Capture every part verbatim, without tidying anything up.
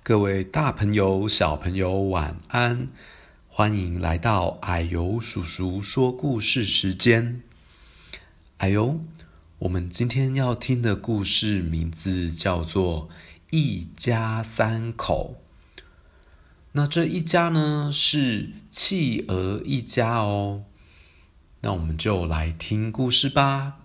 各位大朋友、小朋友晚安，欢迎来到哎呦叔叔说故事时间。哎呦，我们今天要听的故事名字叫做一家三口。那这一家呢是企鹅一家哦。那我们就来听故事吧。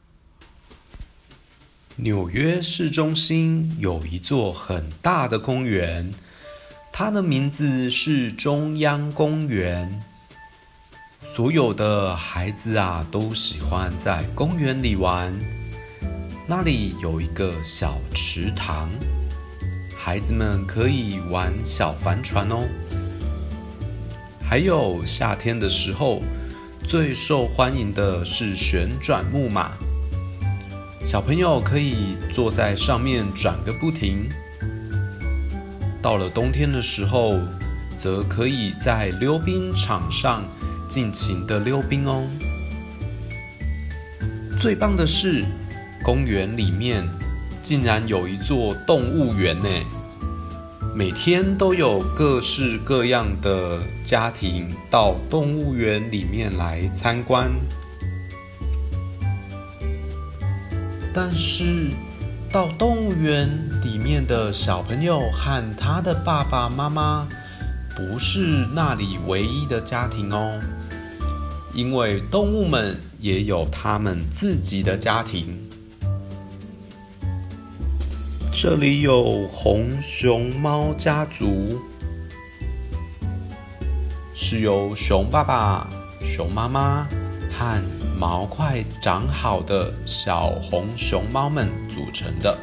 纽约市中心有一座很大的公园，它的名字是中央公园。所有的孩子啊，都喜欢在公园里玩。那里有一个小池塘，孩子们可以玩小帆船哦。还有夏天的时候，最受欢迎的是旋转木马。小朋友可以坐在上面转个不停。到了冬天的时候，则可以在溜冰场上尽情的溜冰哦。最棒的是，公园里面竟然有一座动物园呢！每天都有各式各样的家庭到动物园里面来参观。但是，到动物园里面的小朋友和他的爸爸妈妈，不是那里唯一的家庭哦，因为动物们也有他们自己的家庭。这里有红熊猫家族，是由熊爸爸、熊妈妈和毛快长好的小红熊猫们组成的，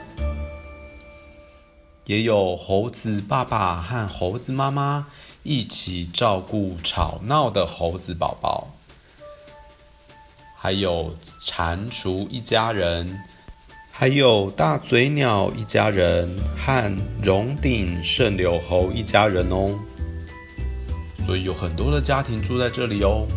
也有猴子爸爸和猴子妈妈一起照顾吵闹的猴子宝宝，还有蟾蜍一家人，还有大嘴鸟一家人和绒顶圣柳猴一家人哦。所以有很多的家庭住在这里哦。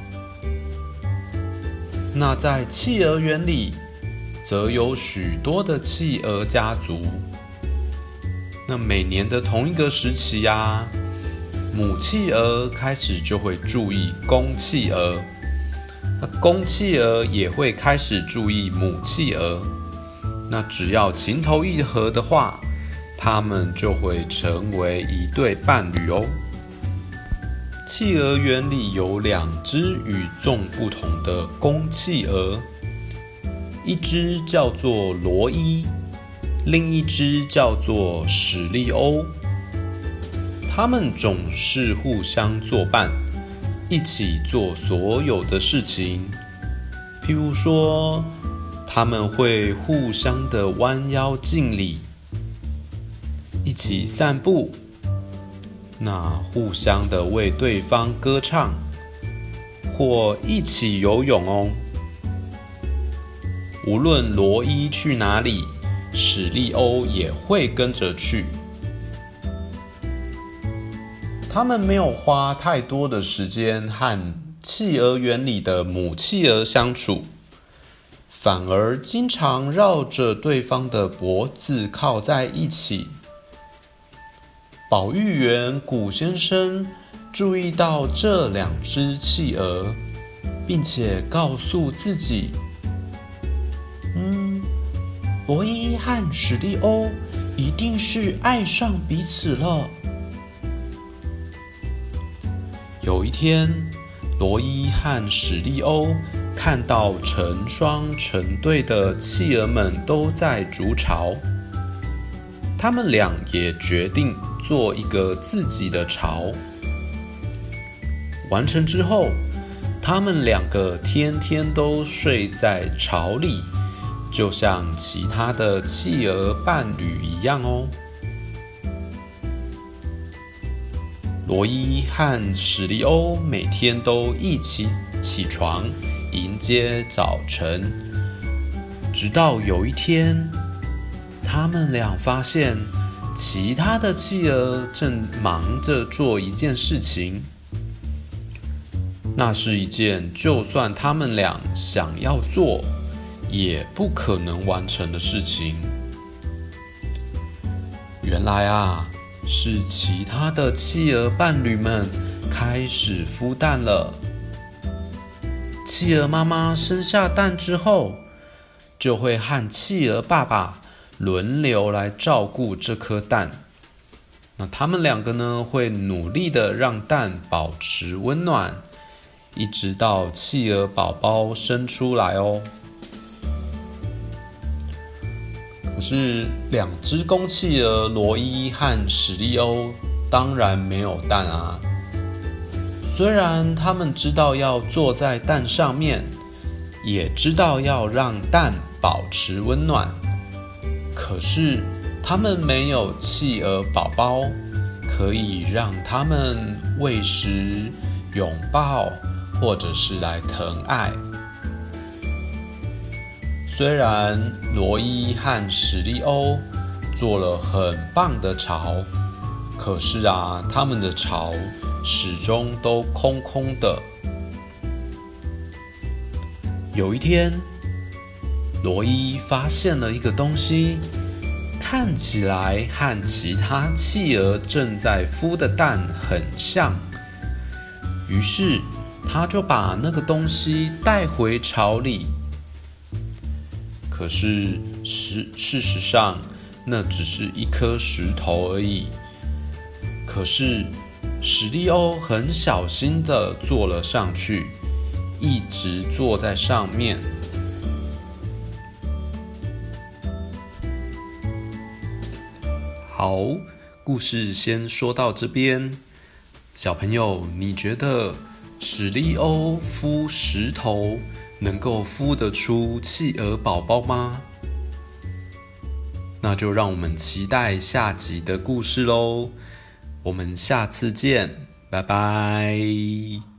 那在企鹅园里，则有许多的企鹅家族。那每年的同一个时期啊，母企鹅开始就会注意公企鹅，那公企鹅也会开始注意母企鹅。那只要情投意合的话，它们就会成为一对伴侣哦。企鹅园里有两只与众不同的公企鹅，一只叫做罗伊，另一只叫做史利欧。它们总是互相作伴，一起做所有的事情。譬如说，他们会互相的弯腰敬礼，一起散步，那互相的为对方歌唱，或一起游泳哦。无论罗伊去哪里，史利欧也会跟着去。他们没有花太多的时间和企鹅园里的母企鹅相处，反而经常绕着对方的脖子靠在一起。保育员古先生注意到这两只企鹅，并且告诉自己，嗯，罗伊和史利欧一定是爱上彼此了。有一天，罗伊和史利欧看到成双成对的企鹅们都在筑巢，他们俩也决定做一个自己的巢。完成之后，他们两个天天都睡在巢里，就像其他的企鹅伴侣一样哦。罗伊和史利欧每天都一起起床，迎接早晨。直到有一天，他们俩发现其他的企鹅正忙着做一件事情，那是一件就算他们俩想要做，也不可能完成的事情。原来啊， 是其他的企鹅伴侣们开始孵蛋了。企鹅妈妈生下蛋之后，就会和企鹅爸爸轮流来照顾这颗蛋。那他们两个呢，会努力的让蛋保持温暖，一直到企鹅宝宝生出来哦。可是两只公企鹅罗伊和史利欧当然没有蛋啊。虽然他们知道要坐在蛋上面，也知道要让蛋保持温暖，可是他们没有企鹅宝宝可以让他们喂食、拥抱，或者是来疼爱。虽然罗伊和史利欧做了很棒的巢，可是啊，他们的巢始终都空空的。有一天，罗伊发现了一个东西，看起来和其他企鹅正在孵的蛋很像，于是他就把那个东西带回巢里。可是事事实上，那只是一颗石头而已。可是史利欧很小心地坐了上去，一直坐在上面。好，故事先说到这边。小朋友，你觉得史利欧孵石头能够孵得出企鹅宝宝吗？那就让我们期待下集的故事咯。我们下次见，拜拜。